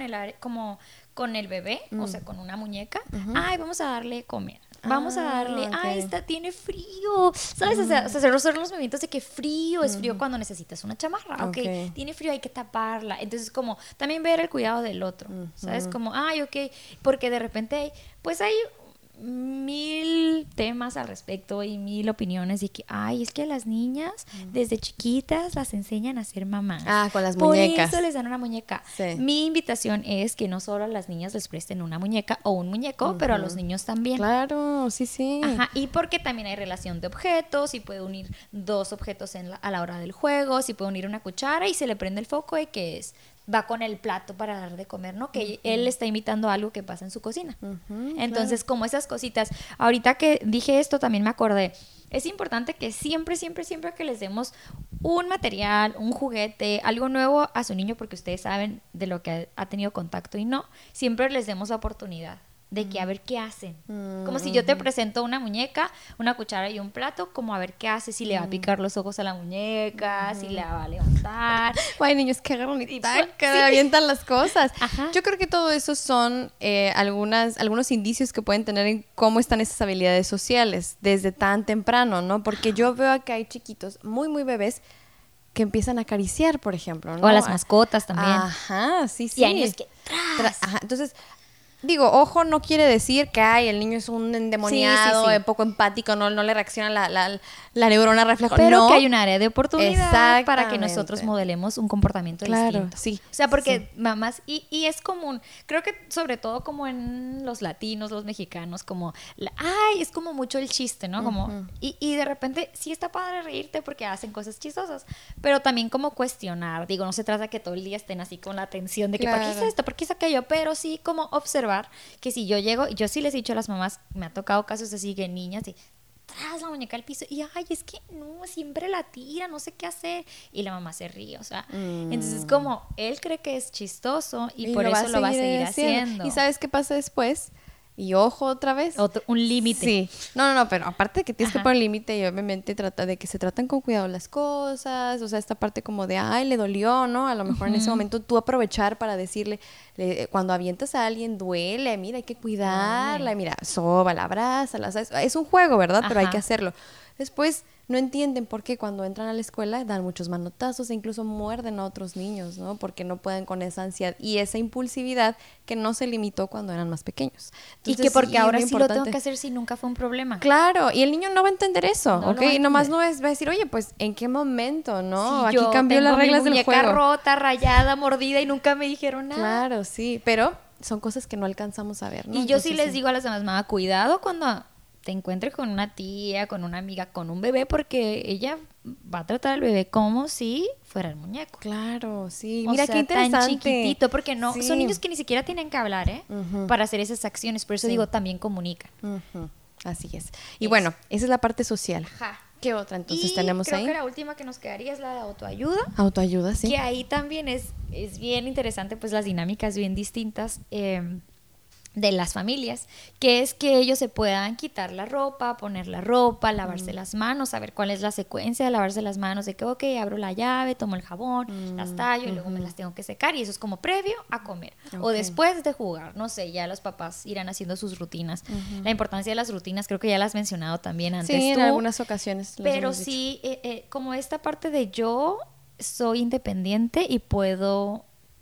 el bebé, o sea, con una muñeca. Vamos a darle comer. Vamos a darle, tiene frío, ¿sabes? O sea, hacer los movimientos de que frío, es frío cuando necesitas una chamarra, tiene frío, hay que taparla. Entonces, como, también ver el cuidado del otro, ¿sabes? Como, porque de repente, pues hay 1000 temas al respecto y 1000 opiniones y que, es que a las niñas desde chiquitas las enseñan a ser mamás. Con las muñecas. Por eso les dan una muñeca. Sí. Mi invitación es que no solo a las niñas les presten una muñeca o un muñeco, pero a los niños también. Claro, sí. Y porque también hay relación de objetos y puede unir 2 objetos a la hora del juego, si puede unir una cuchara y se le prende el foco y que va con el plato para dar de comer, ¿no? Que él está imitando algo que pasa en su cocina. Entonces, como esas cositas. Ahorita que dije esto, también me acordé. Es importante que siempre que les demos un material, un juguete, algo nuevo a su niño, porque ustedes saben de lo que ha tenido contacto y no, siempre les demos la oportunidad de que a ver qué hacen. Como si yo te presento una muñeca, una cuchara y un plato, como a ver qué hace, si le va a picar los ojos a la muñeca, si la va a levantar. Ay, niños, qué agarran y que avientan las cosas. Ajá. Yo creo que todo eso son algunos indicios que pueden tener en cómo están esas habilidades sociales desde tan temprano, ¿no? Porque yo veo que hay chiquitos muy, muy bebés que empiezan a acariciar, por ejemplo, ¿no? O a las mascotas también. Ajá, sí, sí. Y hay niños que... Ajá, entonces... Digo, ojo, no quiere decir que el niño es un endemoniado, sí. Poco empático, no le reacciona la neurona reflejo. Pero no. que hay un área de oportunidad para que Exactamente. nosotros modelemos un comportamiento distinto. Sí. O sea, porque mamás, y es común, creo que sobre todo como en los latinos, los mexicanos, como, es como mucho el chiste, ¿no? Como, y de repente sí está padre reírte porque hacen cosas chistosas, pero también como cuestionar, digo, no se trata que todo el día estén así con la atención de que, ¿por qué hice esto? ¿Por qué hice aquello? Pero sí como observar que si yo llego, yo sí les he dicho a las mamás, me ha tocado casos así que niñas y tras la muñeca al piso y es que no, siempre la tira, no sé qué hacer y la mamá se ríe, o sea, entonces como él cree que es chistoso y por eso lo va a seguir haciendo. ¿Y sabes qué pasa después? Y ojo otra vez. Un límite. Sí. No, pero aparte de que tienes que poner límite y obviamente trata de que se tratan con cuidado las cosas, o sea, esta parte como de, le dolió, ¿no? A lo mejor en ese momento tú aprovechar para decirle, cuando avientas a alguien duele, mira, hay que cuidarla, mira, sóbala, abrázala, ¿sabes? Es un juego, ¿verdad? Pero hay que hacerlo. Después no entienden por qué cuando entran a la escuela dan muchos manotazos e incluso muerden a otros niños, ¿no? Porque no pueden con esa ansiedad y esa impulsividad que no se limitó cuando eran más pequeños. Entonces, y que porque ahora sí lo tengo que hacer si nunca fue un problema. Claro, y el niño no va a entender eso, no ¿ok? Y nomás no va a decir, oye, pues, ¿en qué momento, no? Sí, aquí yo cambió las reglas del juego. Muñeca rota, rayada, mordida y nunca me dijeron nada. Claro, sí, pero son cosas que no alcanzamos a ver, ¿no? Y yo sí les digo a las demás, mamá, cuidado cuando te encuentres con una tía, con una amiga, con un bebé, porque ella va a tratar al bebé como si fuera el muñeco. Claro, sí. Mira, qué interesante. Tan chiquitito, porque son niños que ni siquiera tienen que hablar, para hacer esas acciones. Por eso digo, también comunican. Así es. Y bueno, esa es la parte social. Ajá. ¿Qué otra entonces tenemos ahí? Creo que la última que nos quedaría es la de autoayuda. Autoayuda, sí. Que ahí también es bien interesante, pues las dinámicas bien distintas de las familias, que es que ellos se puedan quitar la ropa, poner la ropa, lavarse las manos, saber cuál es la secuencia de lavarse las manos, de que, ok, abro la llave, tomo el jabón, las tallo y luego me las tengo que secar y eso es como previo a comer o después de jugar, no sé, ya los papás irán haciendo sus rutinas. La importancia de las rutinas creo que ya las has mencionado también antes sí, tú, en algunas ocasiones pero sí, como esta parte de yo soy independiente y puedo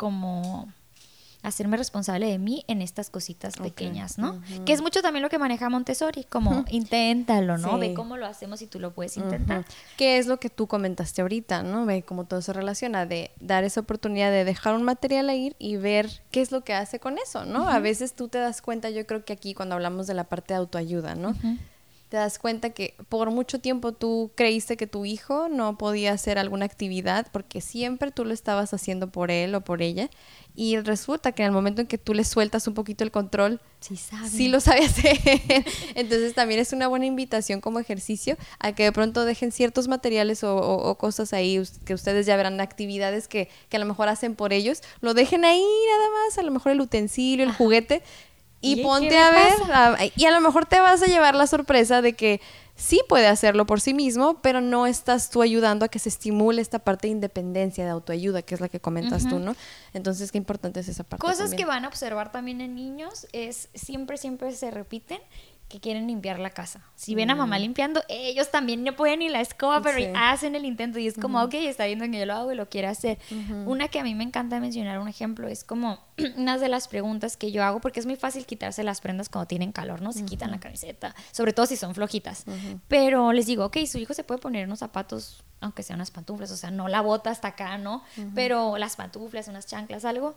como hacerme responsable de mí en estas cositas pequeñas, ¿no? Que es mucho también lo que maneja Montessori, como inténtalo, ¿no? Sí. Ve cómo lo hacemos y tú lo puedes intentar. ¿Qué es lo que tú comentaste ahorita, no? Ve cómo todo se relaciona, de dar esa oportunidad de dejar un material a ir y ver qué es lo que hace con eso, ¿no? A veces tú te das cuenta, yo creo que aquí cuando hablamos de la parte de autoayuda, ¿no? Te das cuenta que por mucho tiempo tú creíste que tu hijo no podía hacer alguna actividad porque siempre tú lo estabas haciendo por él o por ella y resulta que en el momento en que tú le sueltas un poquito el control, sí lo sabe hacer. Entonces también es una buena invitación como ejercicio a que de pronto dejen ciertos materiales o cosas ahí que ustedes ya verán, actividades que a lo mejor hacen por ellos, lo dejen ahí nada más, a lo mejor el utensilio, el juguete. Y ponte a ver, y a lo mejor te vas a llevar la sorpresa de que sí puede hacerlo por sí mismo, pero no estás tú ayudando a que se estimule esta parte de independencia, de autoayuda, que es la que comentas tú, ¿no? Entonces, qué importante es esa parte. Cosas también que van a observar también en niños es siempre se repiten, que quieren limpiar la casa. Si ven a mamá limpiando, ellos también no pueden ni la escoba, pero hacen el intento y es como, ok, está viendo que yo lo hago y lo quiere hacer. Una que a mí me encanta mencionar, un ejemplo, es como una de las preguntas que yo hago, porque es muy fácil quitarse las prendas cuando tienen calor, ¿no? Se quitan la camiseta, sobre todo si son flojitas. Pero les digo, ok, su hijo se puede poner unos zapatos, aunque sean unas pantuflas, o sea, no la bota hasta acá, ¿no? Pero las pantuflas, unas chanclas, algo,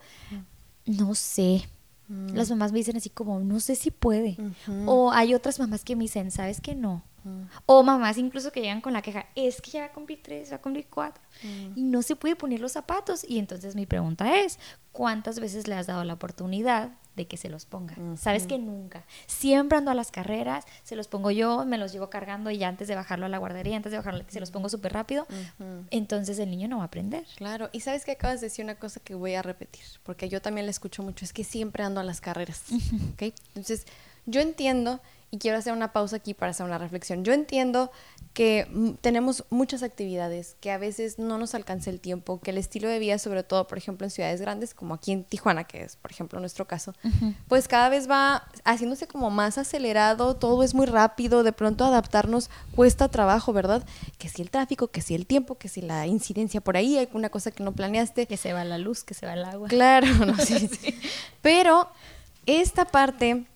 no sé. Las mamás me dicen así como, no sé si puede. O hay otras mamás que me dicen, ¿sabes qué? No. O mamás incluso que llegan con la queja, es que ya va a cumplir 3, va a cumplir 4 y no se puede poner los zapatos. Y entonces mi pregunta es, ¿cuántas veces le has dado la oportunidad de que se los ponga? Sabes que nunca. Siempre ando a las carreras, se los pongo yo, me los llevo cargando y ya antes de bajarlo a la guardería, antes de bajarlo, se los pongo súper rápido. Entonces el niño no va a aprender. Claro, y sabes que acabas de decir una cosa que voy a repetir, porque yo también la escucho mucho, es que siempre ando a las carreras, ¿ok? Entonces, yo entiendo, y quiero hacer una pausa aquí para hacer una reflexión, yo entiendo que tenemos muchas actividades, que a veces no nos alcanza el tiempo, que el estilo de vida, sobre todo, por ejemplo, en ciudades grandes, como aquí en Tijuana, que es, por ejemplo, nuestro caso, pues cada vez va haciéndose como más acelerado, todo es muy rápido, de pronto adaptarnos cuesta trabajo, ¿verdad? Que si el tráfico, que si el tiempo, que si la incidencia por ahí, hay una cosa que no planeaste. Que se va la luz, que se va el agua. Claro, no, sí. Pero esta parte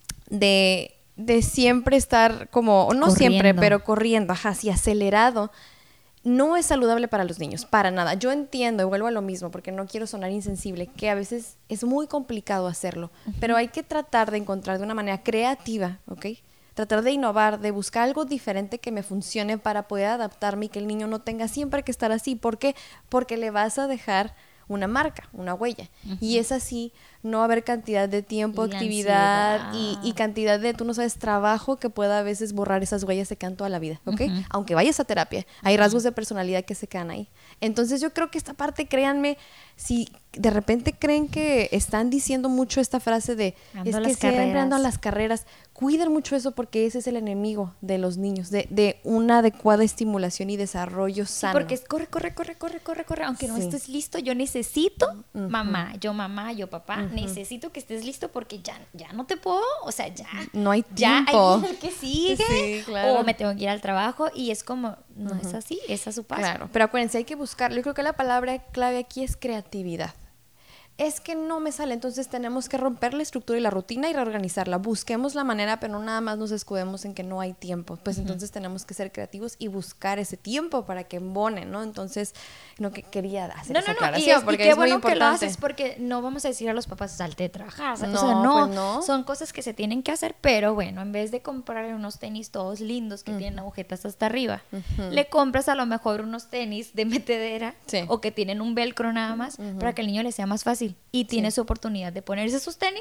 de siempre estar como, no siempre, pero corriendo, así acelerado, no es saludable para los niños, para nada. Yo entiendo, y vuelvo a lo mismo, porque no quiero sonar insensible, que a veces es muy complicado hacerlo, pero hay que tratar de encontrar de una manera creativa, ¿ok? Tratar de innovar, de buscar algo diferente que me funcione para poder adaptarme y que el niño no tenga siempre que estar así. ¿Por qué? Porque le vas a dejar una marca, una huella. Y es así, no va a haber cantidad de tiempo, Y actividad y cantidad de, tú no sabes, trabajo que pueda a veces borrar esas huellas que quedan toda la vida, ¿ok? Aunque vayas a terapia, hay rasgos de personalidad que se quedan ahí. Entonces yo creo que esta parte, créanme, si de repente creen que están diciendo mucho esta frase de ando es a que las siempre carreras. ando a las carreras, cuiden mucho eso porque ese es el enemigo de los niños, de una adecuada estimulación y desarrollo sano. Porque es corre, aunque no Sí. estés listo, yo necesito, mamá, yo papá, necesito que estés listo porque ya no te puedo, o sea, ya No hay ya tiempo. hay que sigue, Sí, claro. o me tengo que ir al trabajo y es como, no es así, es a su paso. Claro, pero acuérdense, hay que buscarlo. Yo creo que la palabra clave aquí es creatividad. Es que no me sale, entonces tenemos que romper la estructura y la rutina y reorganizarla. Busquemos la manera, pero no nada más nos escudemos en que no hay tiempo. Pues entonces tenemos que ser creativos y buscar ese tiempo para que embonen, ¿no? Entonces, no que quería hacer esa aclaración, porque qué es muy bueno importante. que lo haces porque no vamos a decir a los papás salte de trabajar, o sea, No, pues no. son cosas que se tienen que hacer, pero bueno, en vez de comprarle unos tenis todos lindos que tienen agujetas hasta arriba, le compras a lo mejor unos tenis de metedera Sí. o que tienen un velcro nada más para que el niño le sea más fácil y tiene su oportunidad de ponerse sus tenis.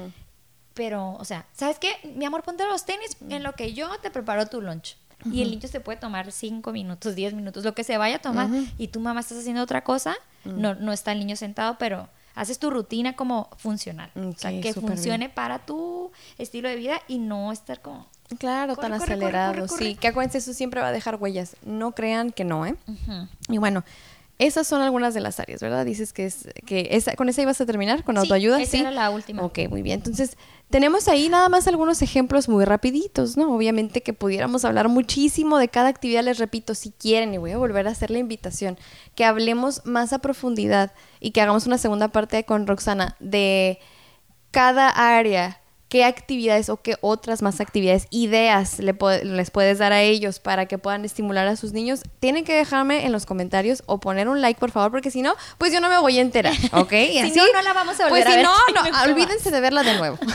Pero, o sea, ¿sabes qué? Mi amor, ponte los tenis en lo que yo te preparo tu lunch. Y el niño se puede tomar 5 minutos, 10 minutos, lo que se vaya a tomar. Y tu mamá estás haciendo otra cosa, no está el niño sentado, pero haces tu rutina como funcional. O sea, Ok, que súper funcione para tu estilo de vida y no estar como... Claro, Corre, tan corre, acelerado, corre. sí. Que acuérdense, eso siempre va a dejar huellas. No crean que no, ¿eh? Y bueno, esas son algunas de las áreas, ¿verdad? Dices que con esa ibas a terminar, con autoayuda, esa ¿sí? era la última. Ok, muy bien. Entonces, tenemos ahí nada más algunos ejemplos muy rapiditos, ¿no? Obviamente que pudiéramos hablar muchísimo de cada actividad, les repito, si quieren, y voy a volver a hacer la invitación, que hablemos más a profundidad y que hagamos una segunda parte con Roxana de cada área, qué actividades o qué otras más actividades, ideas les puedes dar a ellos para que puedan estimular a sus niños. Tienen que dejarme en los comentarios o poner un like, por favor, porque si no, pues yo no me voy a enterar, ¿ok? Y Si así, no, no la vamos a volver pues a si ver. no, olvídense de verla de nuevo.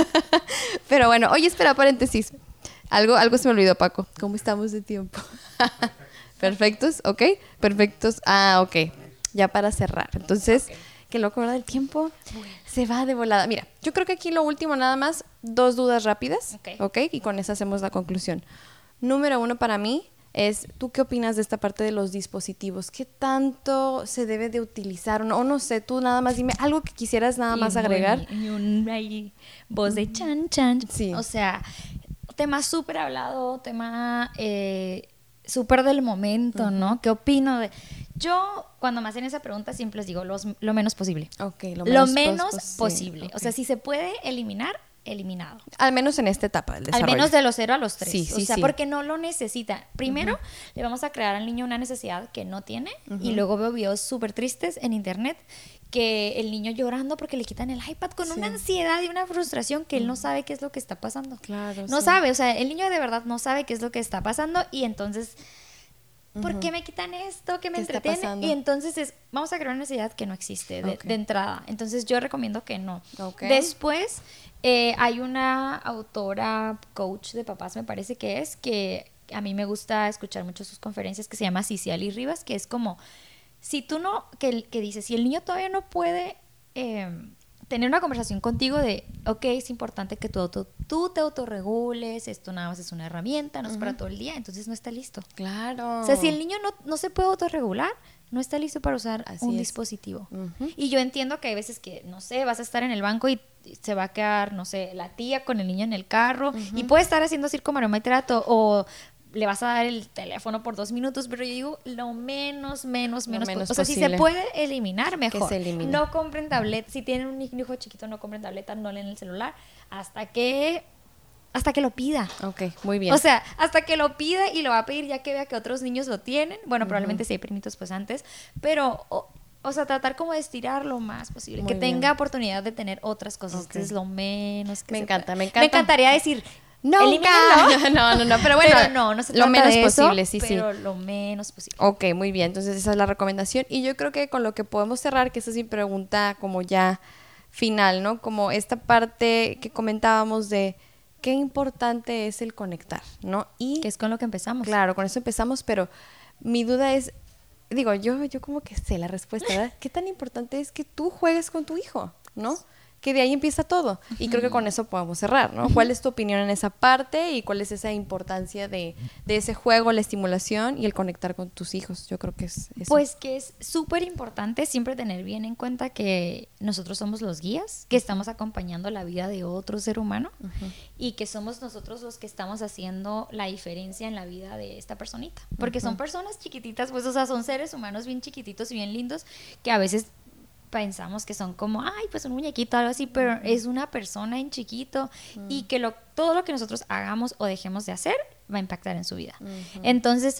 Pero bueno, oye, espera, paréntesis. Algo se me olvidó, Paco. ¿Cómo estamos de tiempo? ¿Perfectos? ¿Ok? Perfectos. Ah, ok. Ya para cerrar. Entonces, qué loco, ¿verdad? El tiempo se va de volada. Mira, yo creo que aquí lo último nada más, 2 dudas rápidas. ¿Ok? Y con eso hacemos la conclusión. Número 1 para mí es, ¿tú qué opinas de esta parte de los dispositivos? ¿Qué tanto se debe de utilizar? O no sé, tú nada más dime algo que quisieras nada más agregar. Y ahí, voz de chan, chan. Sí. O sea, tema súper hablado, tema súper del momento, ¿no? ¿Qué opino de...? Yo, cuando me hacen esa pregunta, siempre les digo lo menos posible. Ok, Lo menos posible. Ok. O sea, si se puede eliminar, eliminado. Al menos en esta etapa del desarrollo. Al menos de los 0 a los 3. Sí, sí, o sea, sí. porque no lo necesita. Primero, le vamos a crear al niño una necesidad que no tiene. Y luego veo videos súper tristes en internet que el niño llorando porque le quitan el iPad con una ansiedad y una frustración que él no sabe qué es lo que está pasando. Claro, No sí. sabe, o sea, el niño de verdad no sabe qué es lo que está pasando y entonces ¿por qué me quitan esto? ¿Qué me ¿Qué está entretiene? pasando? Y entonces vamos a crear una necesidad que no existe de entrada. Entonces yo recomiendo que no. Okay. Después hay una autora, coach de papás, me parece que a mí me gusta escuchar mucho sus conferencias, que se llama Ciciali Rivas, que es como, si tú no, que dice, si el niño todavía no puede tener una conversación contigo de, ok, es importante que tú te autorregules, esto nada más es una herramienta, no es para todo el día, entonces no está listo. Claro. O sea, si el niño no se puede autorregular, no está listo para usar un dispositivo. Y yo entiendo que hay veces que, no sé, vas a estar en el banco y se va a quedar, no sé, la tía con el niño en el carro y puede estar haciendo circo, maroma y trato, o le vas a dar el teléfono por 2 minutos, pero yo digo lo menos o sea, si se puede eliminar, mejor. Que se elimine. No compren tabletas, si tienen un hijo chiquito, no compren tabletas, no leen el celular, hasta que lo pida. Ok, muy bien. O sea, hasta que lo pida y lo va a pedir ya que vea que otros niños lo tienen. Bueno, probablemente si hay primitos pues antes, pero... O sea, tratar como de estirar lo más posible. Muy que bien. tenga oportunidad de tener otras cosas. Ok. Que es lo menos que Me se encanta, pueda. me encanta. Me encantaría decir... Nunca. elimínenlo. No, pero bueno. Pero no se lo trata menos de eso, posible, sí. pero lo menos posible. Ok, muy bien. Entonces esa es la recomendación. Y yo creo que con lo que podemos cerrar, que esa es mi pregunta como ya final, ¿no? Como esta parte que comentábamos de qué importante es el conectar, ¿no? Y Que es con lo que empezamos. claro, con eso empezamos, pero mi duda es, digo, yo como que sé la respuesta, ¿verdad? ¿Qué tan importante es que tú juegues con tu hijo, ¿no? Que de ahí empieza todo. Y creo que con eso podemos cerrar, ¿no? ¿Cuál es tu opinión en esa parte y cuál es esa importancia de ese juego, la estimulación y el conectar con tus hijos? Yo creo que es eso. Pues que es súper importante siempre tener bien en cuenta que nosotros somos los guías, que estamos acompañando la vida de otro ser humano y que somos nosotros los que estamos haciendo la diferencia en la vida de esta personita. Porque son personas chiquititas, pues, o sea, son seres humanos bien chiquititos y bien lindos que a veces pensamos que son como, ay, pues un muñequito o algo así, pero es una persona en chiquito y que todo lo que nosotros hagamos o dejemos de hacer va a impactar en su vida. Entonces,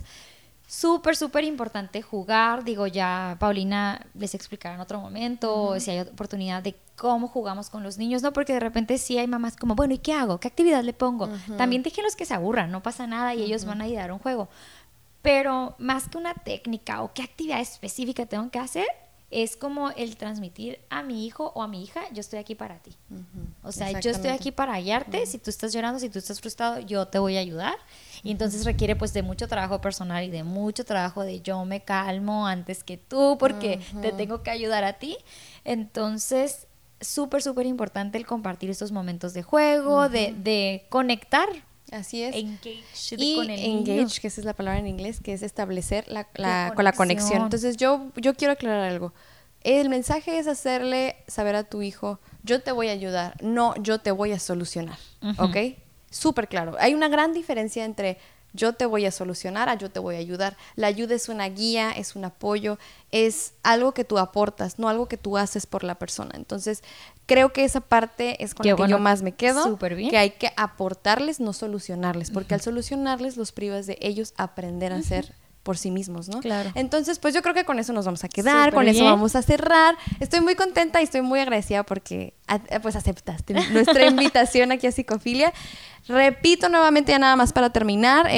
súper importante jugar. Digo, ya Paulina les explicará en otro momento si hay oportunidad de cómo jugamos con los niños, ¿no? Porque de repente sí hay mamás como, bueno, ¿y qué hago? ¿Qué actividad le pongo? También déjenlos que se aburran, no pasa nada y ellos van a idear un juego. Pero más que una técnica o qué actividad específica tengo que hacer, es como el transmitir a mi hijo o a mi hija, yo estoy aquí para ti. O sea, yo estoy aquí para guiarte. Si tú estás llorando, si tú estás frustrado, yo te voy a ayudar. Y entonces requiere pues de mucho trabajo personal y de mucho trabajo de yo me calmo antes que tú porque te tengo que ayudar a ti. Entonces, súper importante el compartir estos momentos de juego, de conectar. Así es. Engage Y con el engage, niño. que esa es la palabra en inglés, que es establecer La con la conexión. conexión. Entonces yo quiero aclarar algo. El mensaje es hacerle saber a tu hijo, yo te voy a ayudar, no yo te voy a solucionar, ¿ok? Súper claro. Hay una gran diferencia entre yo te voy a solucionar a yo te voy a ayudar. La ayuda es una guía, es un apoyo, es algo que tú aportas, no algo que tú haces por la persona. Entonces, creo que esa parte es con la que yo más me quedo, súper bien. que hay que aportarles, no solucionarles, porque al solucionarles los privas de ellos aprender a ser por sí mismos, ¿no? Claro. Entonces, pues yo creo que con eso nos vamos a quedar, Súper con eso bien. vamos a cerrar. Estoy muy contenta y estoy muy agradecida porque pues aceptaste nuestra invitación aquí a Psicofilia. Repito nuevamente ya nada más para terminar,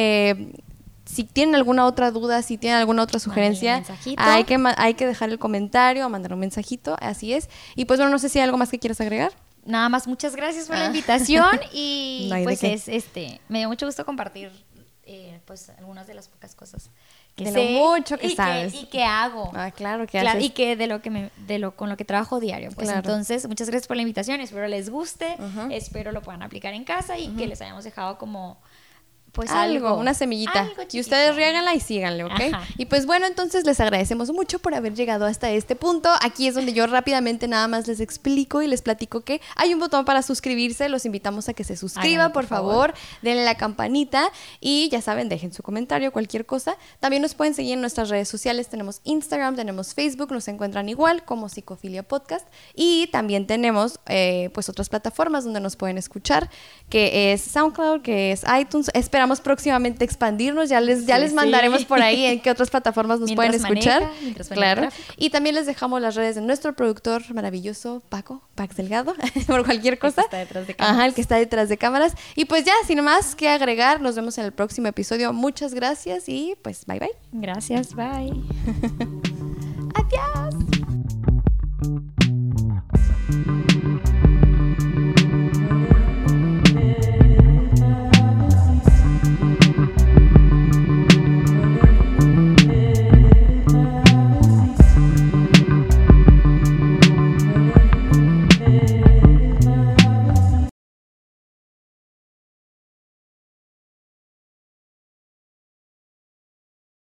si tienen alguna otra duda, si tienen alguna otra sugerencia, mensajito. hay que dejar el comentario o mandar un mensajito, así es. Y pues bueno, no sé si hay algo más que quieras agregar. Nada más, muchas gracias por la invitación y No hay de pues qué. me dio mucho gusto compartir pues algunas de las pocas cosas que De lo sé mucho que y sabes. y que hago. Claro que Claro, haces. y que con lo que trabajo diario. Pues Claro. entonces, muchas gracias por la invitación, espero les guste, espero lo puedan aplicar en casa y que les hayamos dejado como pues algo, una semillita. algo Y chiquito. ustedes riéganla y síganle, ¿ok? Ajá. Y pues bueno, entonces les agradecemos mucho por haber llegado hasta este punto. Aquí es donde yo rápidamente nada más les explico y les platico que hay un botón para suscribirse. Los invitamos a que se suscriban, Háganlo, por favor. Denle la campanita y ya saben, dejen su comentario, cualquier cosa. También nos pueden seguir en nuestras redes sociales. Tenemos Instagram, tenemos Facebook, nos encuentran igual como Psicofilia Podcast. Y también tenemos pues otras plataformas donde nos pueden escuchar, que es SoundCloud, que es iTunes. Esperamos esperamos próximamente expandirnos. Ya les mandaremos por ahí en qué otras plataformas nos pueden escuchar. Claro. Y también les dejamos las redes de nuestro productor maravilloso, Pax Delgado, por cualquier cosa. El que está detrás de cámaras. Ajá, el que está detrás de cámaras. Y pues ya, sin más que agregar, nos vemos en el próximo episodio. Muchas gracias y pues bye bye. Gracias, bye. Adiós.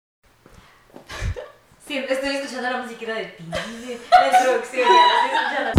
Siempre estoy escuchando la musiquita de ti, la introducción, ya la estoy escuchando.